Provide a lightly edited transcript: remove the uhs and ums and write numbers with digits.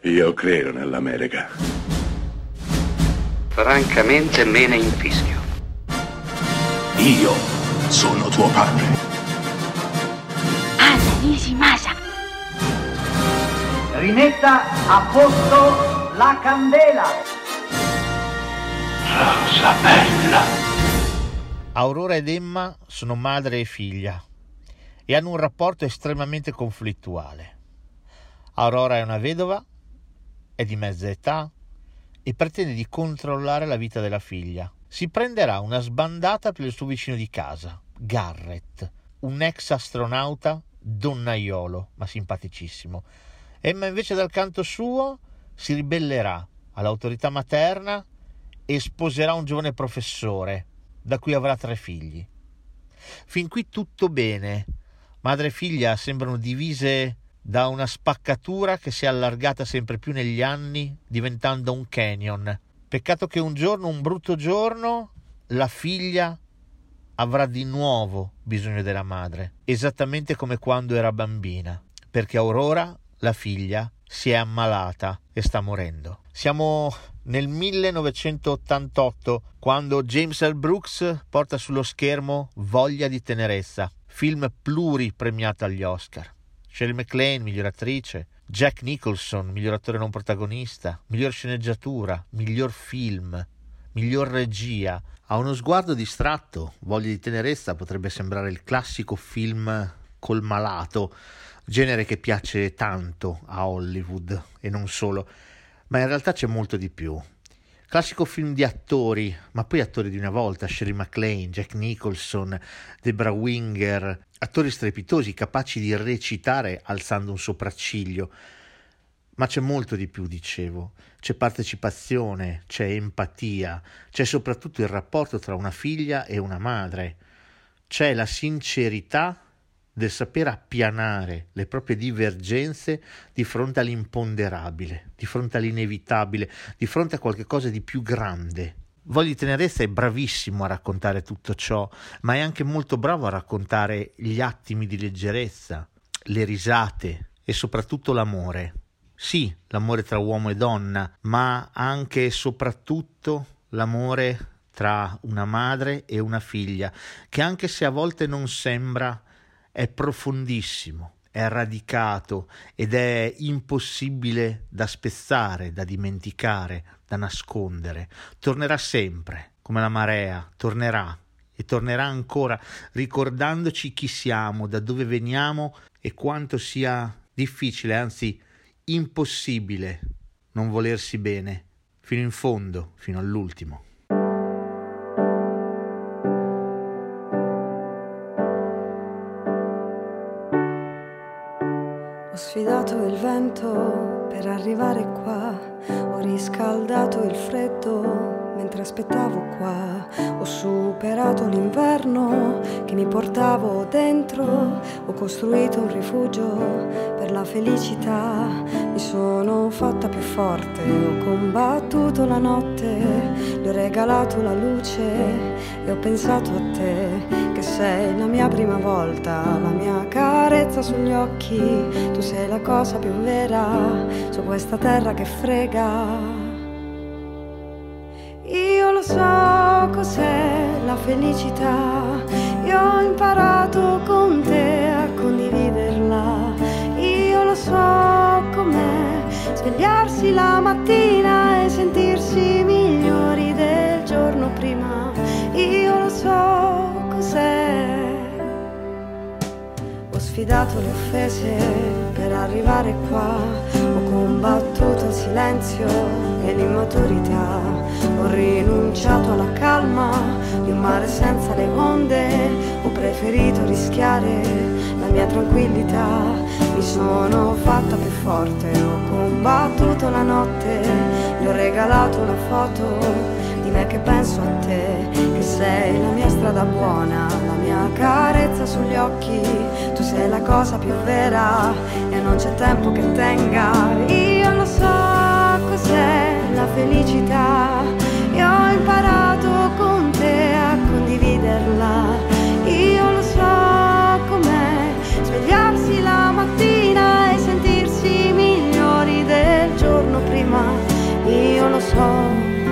Io credo nell'America. Francamente me ne infischio. Io sono tuo padre. Anna Nishimasa. Rimetta a posto la candela. Rosa bella. Aurora ed Emma sono madre e figlia e hanno un rapporto estremamente conflittuale. Aurora è una vedova, è di mezza età e pretende di controllare la vita della figlia. Si prenderà una sbandata per il suo vicino di casa, Garrett, un ex astronauta donnaiolo, ma simpaticissimo. Emma invece dal canto suo si ribellerà all'autorità materna e sposerà un giovane professore, da cui avrà 3 figli. Fin qui tutto bene. Madre e figlia sembrano divise da una spaccatura che si è allargata sempre più negli anni, diventando un canyon. Peccato che un giorno, un brutto giorno, la figlia avrà di nuovo bisogno della madre, esattamente come quando era bambina, perché Aurora, la figlia, si è ammalata e sta morendo. Siamo nel 1988, quando James L. Brooks porta sullo schermo Voglia di tenerezza, film pluripremiato agli Oscar. Shirley MacLaine, miglior attrice, Jack Nicholson, miglior attore non protagonista, miglior sceneggiatura, miglior film, miglior regia. A uno sguardo distratto, Voglia di tenerezza potrebbe sembrare il classico film col malato, genere che piace tanto a Hollywood e non solo, ma in realtà c'è molto di più. Classico film di attori, ma poi attori di una volta, Shirley MacLaine, Jack Nicholson, Debra Winger, attori strepitosi capaci di recitare alzando un sopracciglio. Ma c'è molto di più, dicevo. C'è partecipazione, c'è empatia, c'è soprattutto il rapporto tra una figlia e una madre. C'è la sincerità del saper appianare le proprie divergenze di fronte all'imponderabile, di fronte all'inevitabile, di fronte a qualche cosa di più grande. Voglia di tenerezza è bravissimo a raccontare tutto ciò, ma è anche molto bravo a raccontare gli attimi di leggerezza, le risate e soprattutto l'amore. Sì, l'amore tra uomo e donna, ma anche e soprattutto l'amore tra una madre e una figlia, che anche se a volte non sembra, è profondissimo, è radicato ed è impossibile da spezzare, da dimenticare, da nascondere. Tornerà sempre, come la marea, tornerà e tornerà ancora, ricordandoci chi siamo, da dove veniamo e quanto sia difficile, anzi impossibile, non volersi bene, fino in fondo, fino all'ultimo. Ho sfidato il vento per arrivare qua, ho riscaldato il freddo mentre aspettavo qua, ho superato l'inverno che mi portavo dentro, ho costruito un rifugio per la felicità, mi sono fatta più forte, ho combattuto la notte, le ho regalato la luce e ho pensato a te, che sei la mia prima volta, la mia carezza sugli occhi, tu sei la cosa più vera su questa terra che frega. Io lo so cos'è la felicità, io ho imparato con te a condividerla. Io lo so com'è svegliarsi la mattina e sentirsi migliori del giorno prima. Io lo so cos'è. Ho sfidato le offese per arrivare qua, ho combattuto il silenzio e l'immaturità, ho rinunciato alla calma di un mare senza le onde, ho preferito rischiare la mia tranquillità, mi sono fatta più forte, ho combattuto la notte, le ho regalato una foto di me che penso a te, che sei la mia strada buona, la mia carezza sugli occhi, tu sei la cosa più vera e non c'è tempo che tenga. Io lo so cos'è la felicità, io ho imparato con te a condividerla. Io lo so com'è svegliarsi la mattina e sentirsi migliori del giorno io lo so.